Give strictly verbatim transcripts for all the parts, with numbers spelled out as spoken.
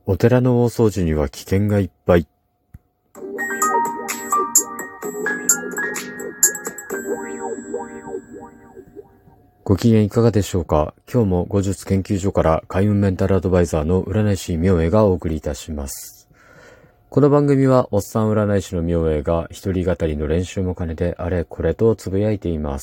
お寺の大掃除には危険がいっぱい。ご機嫌いかがでしょうか。今日も後日研究所から開運メンタルアドバイザーの占い師明恵がお送りいたします。この番組はおっさん占い師の明恵が一人語りの練習も兼ねてあれこれとつぶやいています。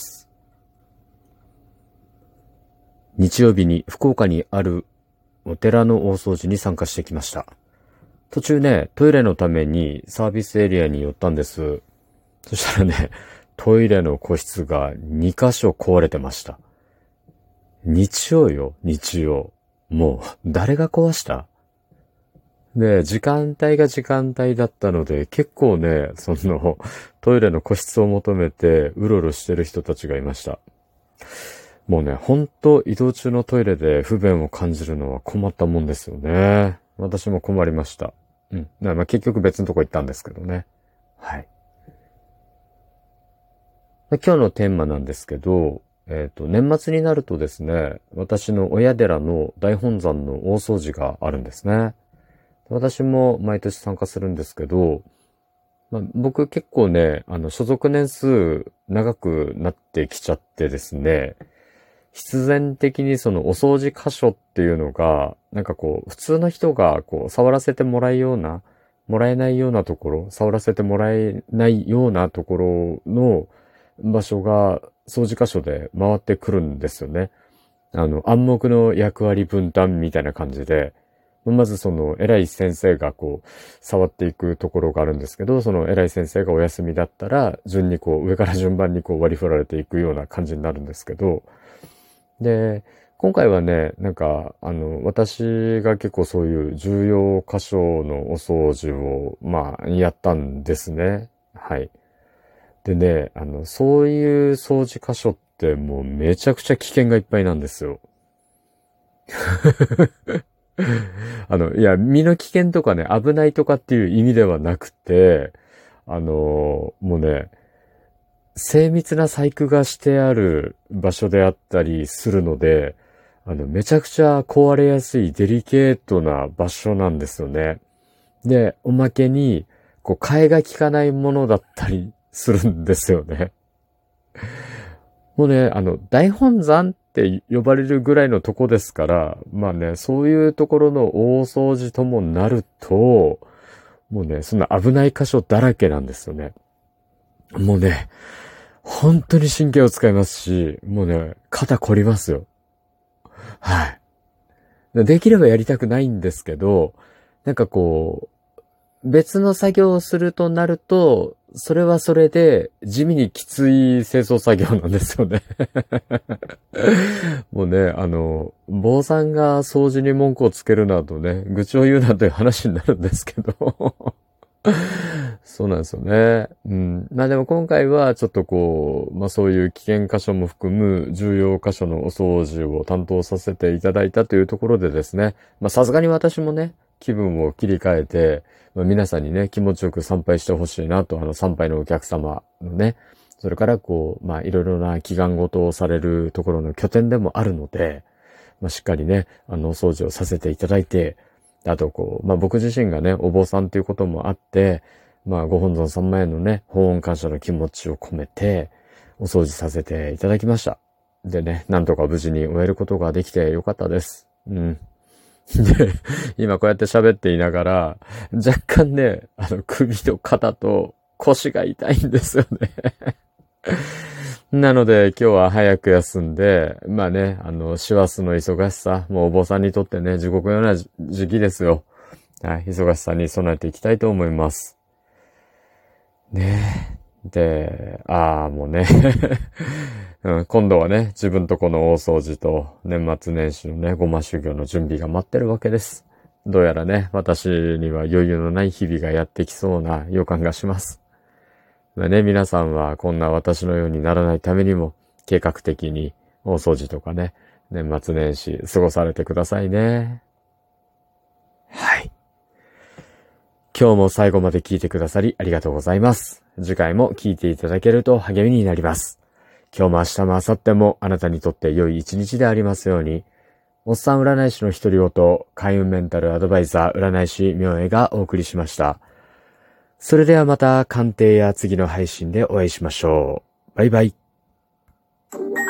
日曜日に福岡にあるお寺の大掃除に参加してきました。途中ね、トイレのためにサービスエリアに寄ったんです。そしたらね、トイレの個室がにかしょ壊れてました。日曜よ、日曜。もう、誰が壊した？で、時間帯が時間帯だったので、結構ね、その、トイレの個室を求めて、うろうろしてる人たちがいました。もうね、ほんと移動中のトイレで不便を感じるのは困ったもんですよね。私も困りました。うん。まあ、結局別のとこ行ったんですけどね。はい。今日のテーマなんですけど、えっと、年末になるとですね、私の親寺の大本山の大掃除があるんですね。私も毎年参加するんですけど、まあ、僕結構ね、あの、所属年数長くなってきちゃってですね、必然的にそのお掃除箇所っていうのが、なんかこう、普通の人がこう、触らせてもらえような、もらえないようなところ、触らせてもらえないようなところの場所が掃除箇所で回ってくるんですよね。あの、暗黙の役割分担みたいな感じで、まずその偉い先生がこう触っていくところがあるんですけど、その偉い先生がお休みだったら順にこう上から順番にこう割り振られていくような感じになるんですけど、で、今回はね、なんかあの私が結構そういう重要箇所のお掃除をまあやったんですね。はい。でね、あのそういう掃除箇所ってもうめちゃくちゃ危険がいっぱいなんですよ。あの、いや、身の危険とかね、危ないとかっていう意味ではなくて、あの、もうね、精密な細工がしてある場所であったりするので、あの、めちゃくちゃ壊れやすいデリケートな場所なんですよね。で、おまけに、こう、替えが利かないものだったりするんですよね。もうね、あの、大本山って呼ばれるぐらいのとこですから、まあね、そういうところの大掃除ともなると、もうね、そんな危ない箇所だらけなんですよね。もうね、本当に神経を使いますし、もうね、肩凝りますよ。はい。できればやりたくないんですけど、なんかこう、別の作業をするとなると、それはそれで地味にきつい清掃作業なんですよね。もうね、あの、坊さんが掃除に文句をつけるなどね、愚痴を言うなという話になるんですけど。そうなんですよね。うん。まあでも今回はちょっとこう、まあそういう危険箇所も含む重要箇所のお掃除を担当させていただいたというところでですね、まあさすがに私もね、気分を切り替えて、まあ、皆さんにね、気持ちよく参拝してほしいなと、あの参拝のお客様のね、それからこう、まあいろいろな祈願事をされるところの拠点でもあるので、まあしっかりね、あのお掃除をさせていただいて、あとこう、まあ僕自身がね、お坊さんということもあって、まあご本尊様へのね、法恩感謝の気持ちを込めて、お掃除させていただきました。でね、なんとか無事に終えることができてよかったです。うん。で、今こうやって喋っていながら、若干ね、あの首と肩と腰が痛いんですよね。なので今日は早く休んで、まあね、あの、師走の忙しさ、もうお坊さんにとってね、地獄のような時期ですよ。はい、忙しさに備えていきたいと思います。ねえ。で、ああ、もうね、うん、今度はね、自分とこの大掃除と年末年始のね、ごま修行の準備が待ってるわけです。どうやらね、私には余裕のない日々がやってきそうな予感がします。まあね、皆さんはこんな私のようにならないためにも、計画的に大掃除とかね、年末年始過ごされてくださいね。はい。今日も最後まで聞いてくださりありがとうございます。次回も聞いていただけると励みになります。今日も明日も明後日もあなたにとって良い一日でありますように。 おっさん占い師の独り言、開運メンタルアドバイザー占い師明恵がお送りしました。それではまた鑑定や次の配信でお会いしましょう。バイバイ。